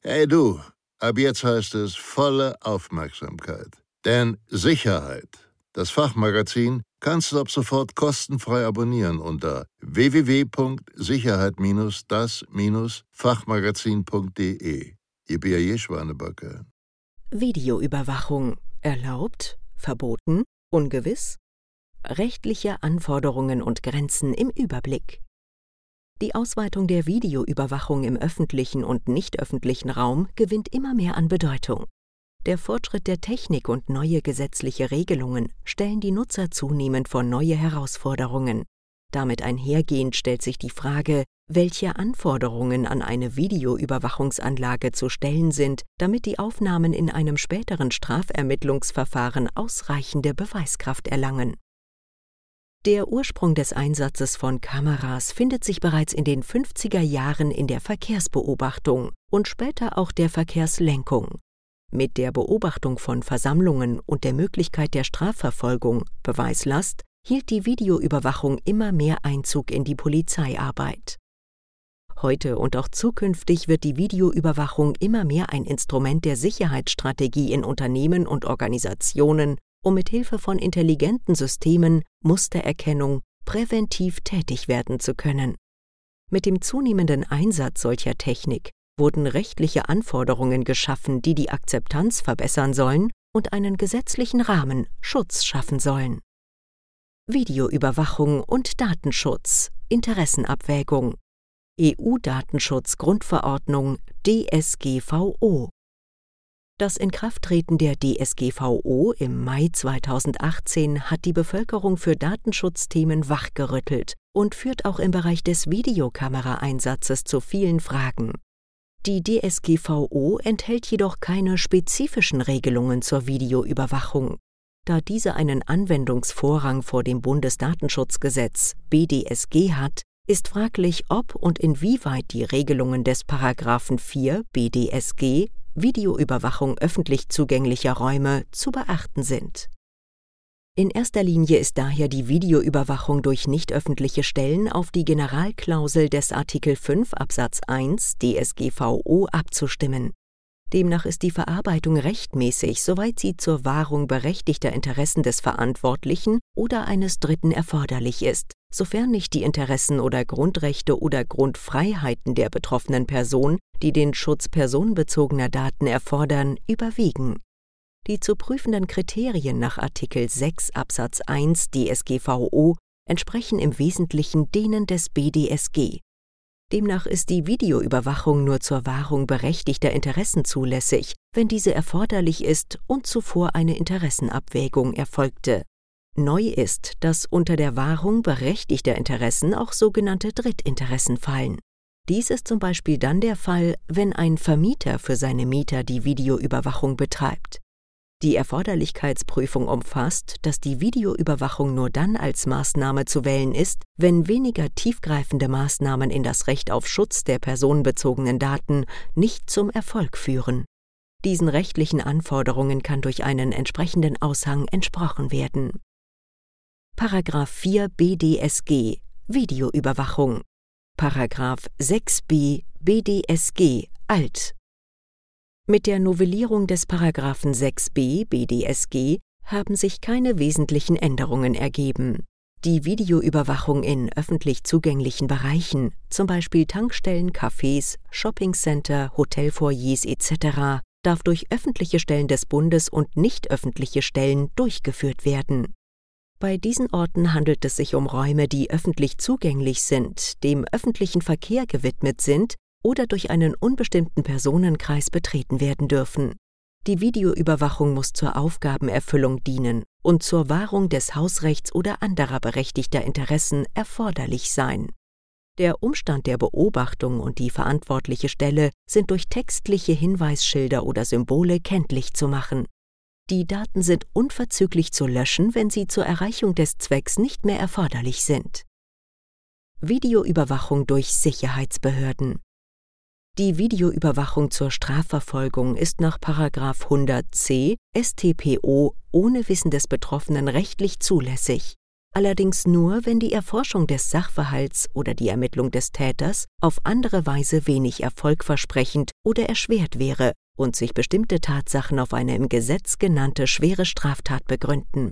Hey du, ab jetzt heißt es volle Aufmerksamkeit. Denn Sicherheit, das Fachmagazin, kannst du ab sofort kostenfrei abonnieren unter www.sicherheit-das-fachmagazin.de. Ihr B.A.J. Schwanebacke. Videoüberwachung. Erlaubt? Verboten? Ungewiss? Rechtliche Anforderungen und Grenzen im Überblick. Die Ausweitung der Videoüberwachung im öffentlichen und nicht öffentlichen Raum gewinnt immer mehr an Bedeutung. Der Fortschritt der Technik und neue gesetzliche Regelungen stellen die Nutzer zunehmend vor neue Herausforderungen. Damit einhergehend stellt sich die Frage, welche Anforderungen an eine Videoüberwachungsanlage zu stellen sind, damit die Aufnahmen in einem späteren Strafermittlungsverfahren ausreichende Beweiskraft erlangen. Der Ursprung des Einsatzes von Kameras findet sich bereits in den 50er Jahren in der Verkehrsbeobachtung und später auch der Verkehrslenkung. Mit der Beobachtung von Versammlungen und der Möglichkeit der Strafverfolgung, Beweislast, hielt die Videoüberwachung immer mehr Einzug in die Polizeiarbeit. Heute und auch zukünftig wird die Videoüberwachung immer mehr ein Instrument der Sicherheitsstrategie in Unternehmen und Organisationen, um mit Hilfe von intelligenten Systemen, Mustererkennung, präventiv tätig werden zu können. Mit dem zunehmenden Einsatz solcher Technik wurden rechtliche Anforderungen geschaffen, die die Akzeptanz verbessern sollen und einen gesetzlichen Rahmen, Schutz schaffen sollen. Videoüberwachung und Datenschutz, Interessenabwägung. EU-Datenschutzgrundverordnung DSGVO. Das Inkrafttreten der DSGVO im Mai 2018 hat die Bevölkerung für Datenschutzthemen wachgerüttelt und führt auch im Bereich des Videokameraeinsatzes zu vielen Fragen. Die DSGVO enthält jedoch keine spezifischen Regelungen zur Videoüberwachung. Da diese einen Anwendungsvorrang vor dem Bundesdatenschutzgesetz BDSG hat, ist fraglich, ob und inwieweit die Regelungen des § 4 BDSG Videoüberwachung öffentlich zugänglicher Räume zu beachten sind. In erster Linie ist daher die Videoüberwachung durch nicht öffentliche Stellen auf die Generalklausel des Artikel 5 Absatz 1 DSGVO abzustimmen. Demnach ist die Verarbeitung rechtmäßig, soweit sie zur Wahrung berechtigter Interessen des Verantwortlichen oder eines Dritten erforderlich ist, sofern nicht die Interessen oder Grundrechte oder Grundfreiheiten der betroffenen Person, die den Schutz personenbezogener Daten erfordern, überwiegen. Die zu prüfenden Kriterien nach Artikel 6 Absatz 1 DSGVO entsprechen im Wesentlichen denen des BDSG. Demnach ist die Videoüberwachung nur zur Wahrung berechtigter Interessen zulässig, wenn diese erforderlich ist und zuvor eine Interessenabwägung erfolgte. Neu ist, dass unter der Wahrung berechtigter Interessen auch sogenannte Drittinteressen fallen. Dies ist zum Beispiel dann der Fall, wenn ein Vermieter für seine Mieter die Videoüberwachung betreibt. Die Erforderlichkeitsprüfung umfasst, dass die Videoüberwachung nur dann als Maßnahme zu wählen ist, wenn weniger tiefgreifende Maßnahmen in das Recht auf Schutz der personenbezogenen Daten nicht zum Erfolg führen. Diesen rechtlichen Anforderungen kann durch einen entsprechenden Aushang entsprochen werden. § 4 BDSG Videoüberwachung. § 6b BDSG alt. Mit der Novellierung des § 6b BDSG haben sich keine wesentlichen Änderungen ergeben. Die Videoüberwachung in öffentlich zugänglichen Bereichen, zum Beispiel Tankstellen, Cafés, Shoppingcenter, Hotelfoyers etc., darf durch öffentliche Stellen des Bundes und nicht öffentliche Stellen durchgeführt werden. Bei diesen Orten handelt es sich um Räume, die öffentlich zugänglich sind, dem öffentlichen Verkehr gewidmet sind oder durch einen unbestimmten Personenkreis betreten werden dürfen. Die Videoüberwachung muss zur Aufgabenerfüllung dienen und zur Wahrung des Hausrechts oder anderer berechtigter Interessen erforderlich sein. Der Umstand der Beobachtung und die verantwortliche Stelle sind durch textliche Hinweisschilder oder Symbole kenntlich zu machen. Die Daten sind unverzüglich zu löschen, wenn sie zur Erreichung des Zwecks nicht mehr erforderlich sind. Videoüberwachung durch Sicherheitsbehörden. Die Videoüberwachung zur Strafverfolgung ist nach § 100c StPO ohne Wissen des Betroffenen rechtlich zulässig. allerdings nur, wenn die Erforschung des Sachverhalts oder die Ermittlung des Täters auf andere Weise wenig erfolgversprechend oder erschwert wäre und sich bestimmte Tatsachen auf eine im Gesetz genannte schwere Straftat begründen.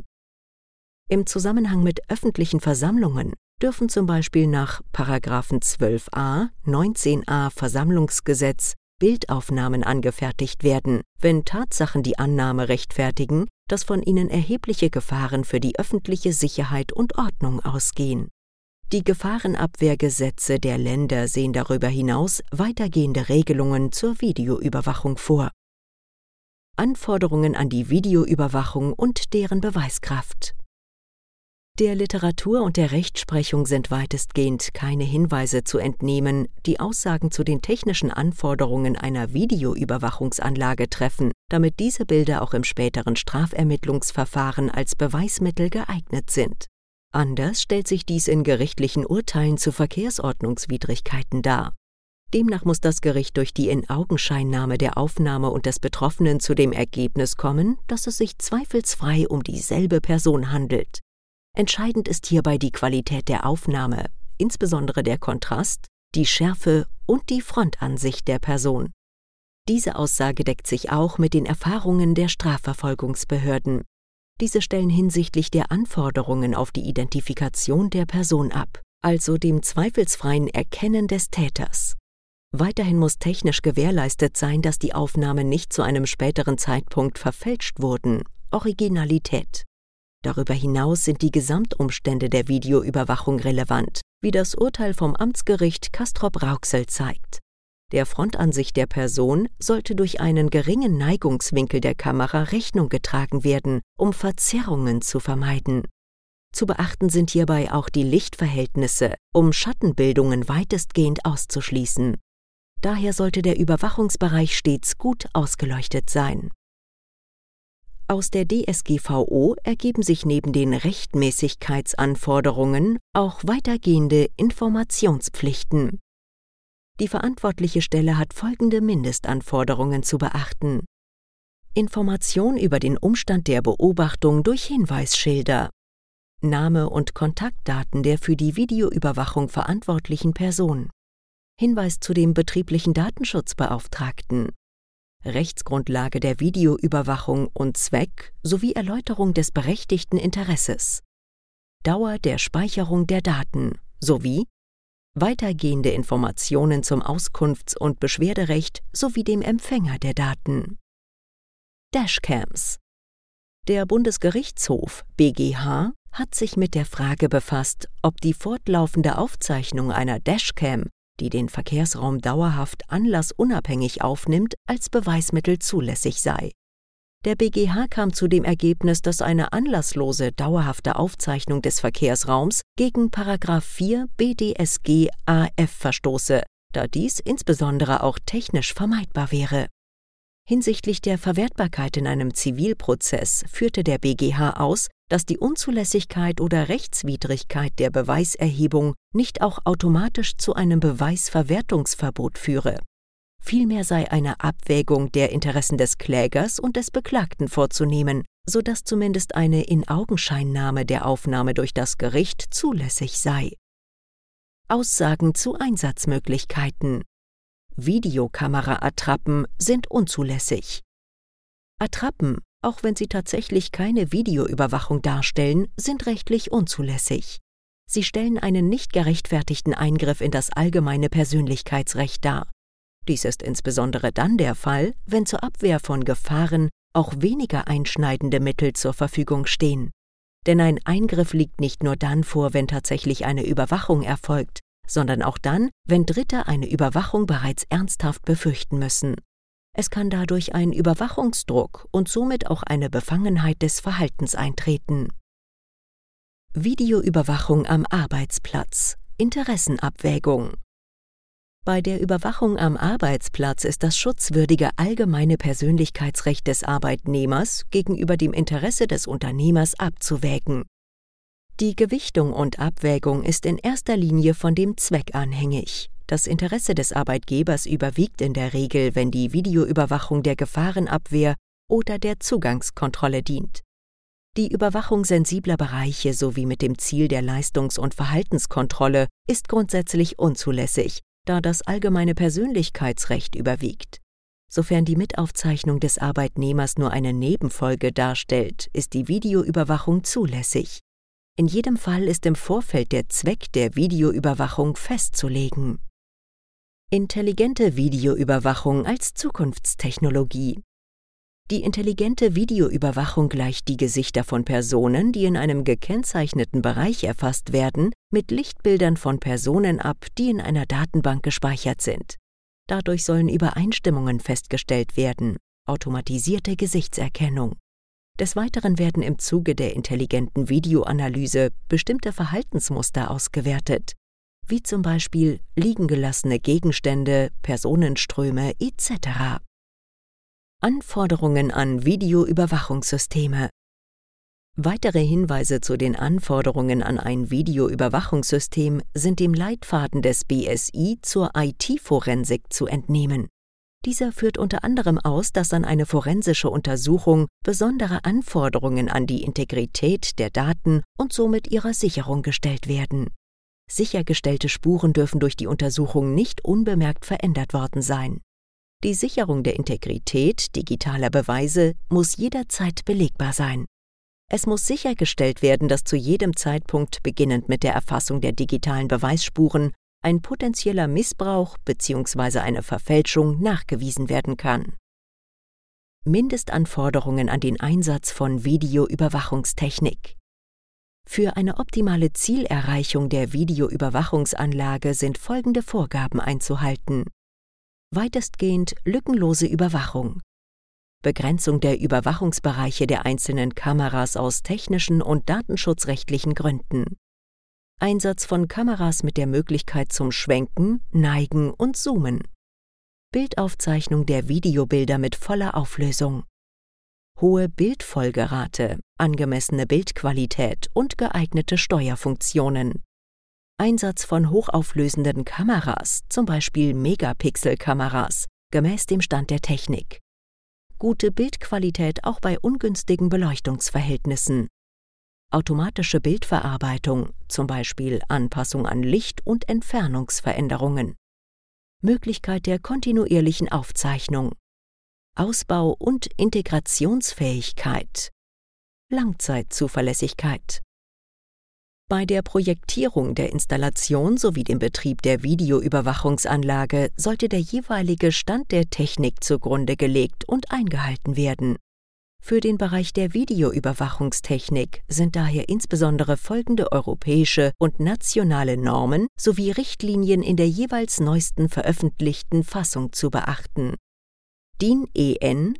Im Zusammenhang mit öffentlichen Versammlungen dürfen zum Beispiel nach § 12a, 19a Versammlungsgesetz Bildaufnahmen angefertigt werden, wenn Tatsachen die Annahme rechtfertigen, dass von ihnen erhebliche Gefahren für die öffentliche Sicherheit und Ordnung ausgehen. Die Gefahrenabwehrgesetze der Länder sehen darüber hinaus weitergehende Regelungen zur Videoüberwachung vor. Anforderungen an die Videoüberwachung und deren Beweiskraft. Der Literatur und der Rechtsprechung sind weitestgehend keine Hinweise zu entnehmen, die Aussagen zu den technischen Anforderungen einer Videoüberwachungsanlage treffen, damit diese Bilder auch im späteren Strafermittlungsverfahren als Beweismittel geeignet sind. Anders stellt sich dies in gerichtlichen Urteilen zu Verkehrsordnungswidrigkeiten dar. Demnach muss das Gericht durch die Inaugenscheinnahme der Aufnahme und des Betroffenen zu dem Ergebnis kommen, dass es sich zweifelsfrei um dieselbe Person handelt. Entscheidend ist hierbei die Qualität der Aufnahme, insbesondere der Kontrast, die Schärfe und die Frontansicht der Person. Diese Aussage deckt sich auch mit den Erfahrungen der Strafverfolgungsbehörden. Diese stellen hinsichtlich der Anforderungen auf die Identifikation der Person ab, also dem zweifelsfreien Erkennen des Täters. Weiterhin muss technisch gewährleistet sein, dass die Aufnahmen nicht zu einem späteren Zeitpunkt verfälscht wurden. Originalität. Darüber hinaus sind die Gesamtumstände der Videoüberwachung relevant, wie das Urteil vom Amtsgericht Castrop-Rauxel zeigt. Der Frontansicht der Person sollte durch einen geringen Neigungswinkel der Kamera Rechnung getragen werden, um Verzerrungen zu vermeiden. Zu beachten sind hierbei auch die Lichtverhältnisse, um Schattenbildungen weitestgehend auszuschließen. Daher sollte der Überwachungsbereich stets gut ausgeleuchtet sein. Aus der DSGVO ergeben sich neben den Rechtmäßigkeitsanforderungen auch weitergehende Informationspflichten. Die verantwortliche Stelle hat folgende Mindestanforderungen zu beachten: Information über den Umstand der Beobachtung durch Hinweisschilder, Name und Kontaktdaten der für die Videoüberwachung verantwortlichen Person, Hinweis zu dem betrieblichen Datenschutzbeauftragten, Rechtsgrundlage der Videoüberwachung und Zweck sowie Erläuterung des berechtigten Interesses, Dauer der Speicherung der Daten sowie weitergehende Informationen zum Auskunfts- und Beschwerderecht sowie dem Empfänger der Daten. Dashcams. Der Bundesgerichtshof BGH hat sich mit der Frage befasst, ob die fortlaufende Aufzeichnung einer Dashcam, die den Verkehrsraum dauerhaft anlassunabhängig aufnimmt, als Beweismittel zulässig sei. Der BGH kam zu dem Ergebnis, dass eine anlasslose, dauerhafte Aufzeichnung des Verkehrsraums gegen § 4 BDSG AF verstoße, da dies insbesondere auch technisch vermeidbar wäre. Hinsichtlich der Verwertbarkeit in einem Zivilprozess führte der BGH aus, dass die Unzulässigkeit oder Rechtswidrigkeit der Beweiserhebung nicht auch automatisch zu einem Beweisverwertungsverbot führe. Vielmehr sei eine Abwägung der Interessen des Klägers und des Beklagten vorzunehmen, sodass zumindest eine Inaugenscheinnahme der Aufnahme durch das Gericht zulässig sei. Aussagen zu Einsatzmöglichkeiten. Videokamera-Attrappen sind unzulässig. Attrappen, auch wenn sie tatsächlich keine Videoüberwachung darstellen, sind rechtlich unzulässig. Sie stellen einen nicht gerechtfertigten Eingriff in das allgemeine Persönlichkeitsrecht dar. Dies ist insbesondere dann der Fall, wenn zur Abwehr von Gefahren auch weniger einschneidende Mittel zur Verfügung stehen. Denn ein Eingriff liegt nicht nur dann vor, wenn tatsächlich eine Überwachung erfolgt, sondern auch dann, wenn Dritte eine Überwachung bereits ernsthaft befürchten müssen. Es kann dadurch ein Überwachungsdruck und somit auch eine Befangenheit des Verhaltens eintreten. Videoüberwachung am Arbeitsplatz. Interessenabwägung. Bei der Überwachung am Arbeitsplatz ist das schutzwürdige allgemeine Persönlichkeitsrecht des Arbeitnehmers gegenüber dem Interesse des Unternehmers abzuwägen. Die Gewichtung und Abwägung ist in erster Linie von dem Zweck abhängig. Das Interesse des Arbeitgebers überwiegt in der Regel, wenn die Videoüberwachung der Gefahrenabwehr oder der Zugangskontrolle dient. Die Überwachung sensibler Bereiche sowie mit dem Ziel der Leistungs- und Verhaltenskontrolle ist grundsätzlich unzulässig, da das allgemeine Persönlichkeitsrecht überwiegt. Sofern die Mitaufzeichnung des Arbeitnehmers nur eine Nebenfolge darstellt, ist die Videoüberwachung zulässig. In jedem Fall ist im Vorfeld der Zweck der Videoüberwachung festzulegen. Intelligente Videoüberwachung als Zukunftstechnologie. Die intelligente Videoüberwachung gleicht die Gesichter von Personen, die in einem gekennzeichneten Bereich erfasst werden, mit Lichtbildern von Personen ab, die in einer Datenbank gespeichert sind. Dadurch sollen Übereinstimmungen festgestellt werden, automatisierte Gesichtserkennung. Des Weiteren werden im Zuge der intelligenten Videoanalyse bestimmte Verhaltensmuster ausgewertet, wie zum Beispiel liegen gelassene Gegenstände, Personenströme etc. Anforderungen an Videoüberwachungssysteme. Weitere Hinweise zu den Anforderungen an ein Videoüberwachungssystem sind dem Leitfaden des BSI zur IT-Forensik zu entnehmen. Dieser führt unter anderem aus, dass an eine forensische Untersuchung besondere Anforderungen an die Integrität der Daten und somit ihrer Sicherung gestellt werden. Sichergestellte Spuren dürfen durch die Untersuchung nicht unbemerkt verändert worden sein. Die Sicherung der Integrität digitaler Beweise muss jederzeit belegbar sein. Es muss sichergestellt werden, dass zu jedem Zeitpunkt, beginnend mit der Erfassung der digitalen Beweisspuren, ein potenzieller Missbrauch bzw. eine Verfälschung nachgewiesen werden kann. Mindestanforderungen an den Einsatz von Videoüberwachungstechnik. Für eine optimale Zielerreichung der Videoüberwachungsanlage sind folgende Vorgaben einzuhalten: weitestgehend lückenlose Überwachung, Begrenzung der Überwachungsbereiche der einzelnen Kameras aus technischen und datenschutzrechtlichen Gründen, Einsatz von Kameras mit der Möglichkeit zum Schwenken, Neigen und Zoomen, Bildaufzeichnung der Videobilder mit voller Auflösung, hohe Bildfolgerate, angemessene Bildqualität und geeignete Steuerfunktionen, Einsatz von hochauflösenden Kameras, zum Beispiel Megapixel-Kameras, gemäß dem Stand der Technik, gute Bildqualität auch bei ungünstigen Beleuchtungsverhältnissen, automatische Bildverarbeitung, zum Beispiel Anpassung an Licht- und Entfernungsveränderungen, Möglichkeit der kontinuierlichen Aufzeichnung, Ausbau und Integrationsfähigkeit, Langzeitzuverlässigkeit. Bei der Projektierung der Installation sowie dem Betrieb der Videoüberwachungsanlage sollte der jeweilige Stand der Technik zugrunde gelegt und eingehalten werden. Für den Bereich der Videoüberwachungstechnik sind daher insbesondere folgende europäische und nationale Normen sowie Richtlinien in der jeweils neuesten veröffentlichten Fassung zu beachten. DIN EN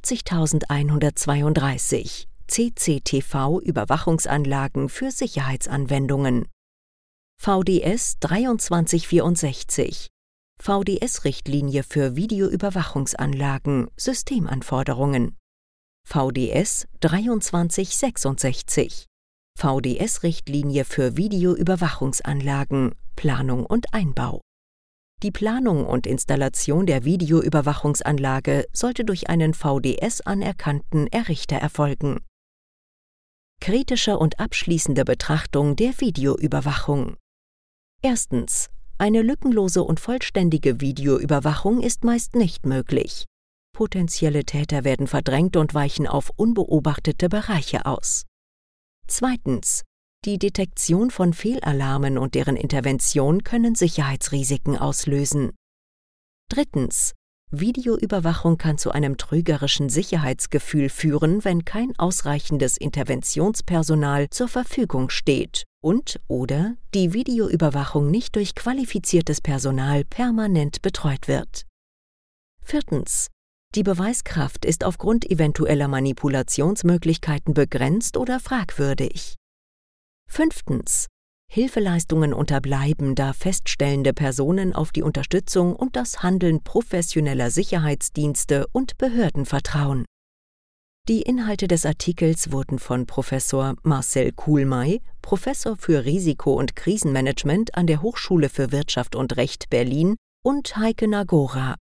50132 CCTV-Überwachungsanlagen für Sicherheitsanwendungen, VDS 2364, VDS-Richtlinie für Videoüberwachungsanlagen, Systemanforderungen, VDS 2366, VDS-Richtlinie für Videoüberwachungsanlagen, Planung und Einbau. Die Planung und Installation der Videoüberwachungsanlage sollte durch einen VDS-anerkannten Errichter erfolgen. Kritische und abschließende Betrachtung der Videoüberwachung. Erstens. Eine lückenlose und vollständige Videoüberwachung ist meist nicht möglich. Potenzielle Täter werden verdrängt und weichen auf unbeobachtete Bereiche aus. Zweitens. Die Detektion von Fehlalarmen und deren Intervention können Sicherheitsrisiken auslösen. Drittens. Videoüberwachung kann zu einem trügerischen Sicherheitsgefühl führen, wenn kein ausreichendes Interventionspersonal zur Verfügung steht und/oder die Videoüberwachung nicht durch qualifiziertes Personal permanent betreut wird. Viertens. Die Beweiskraft ist aufgrund eventueller Manipulationsmöglichkeiten begrenzt oder fragwürdig. Fünftens. Hilfeleistungen unterbleiben, da feststellende Personen auf die Unterstützung und das Handeln professioneller Sicherheitsdienste und Behörden vertrauen. Die Inhalte des Artikels wurden von Professor Marcel Kuhlmey, Professor für Risiko- und Krisenmanagement an der Hochschule für Wirtschaft und Recht Berlin, und Heike Nagora,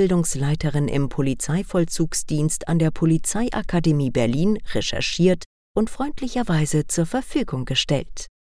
Ausbildungsleiterin im Polizeivollzugsdienst an der Polizeiakademie Berlin, recherchiert und freundlicherweise zur Verfügung gestellt.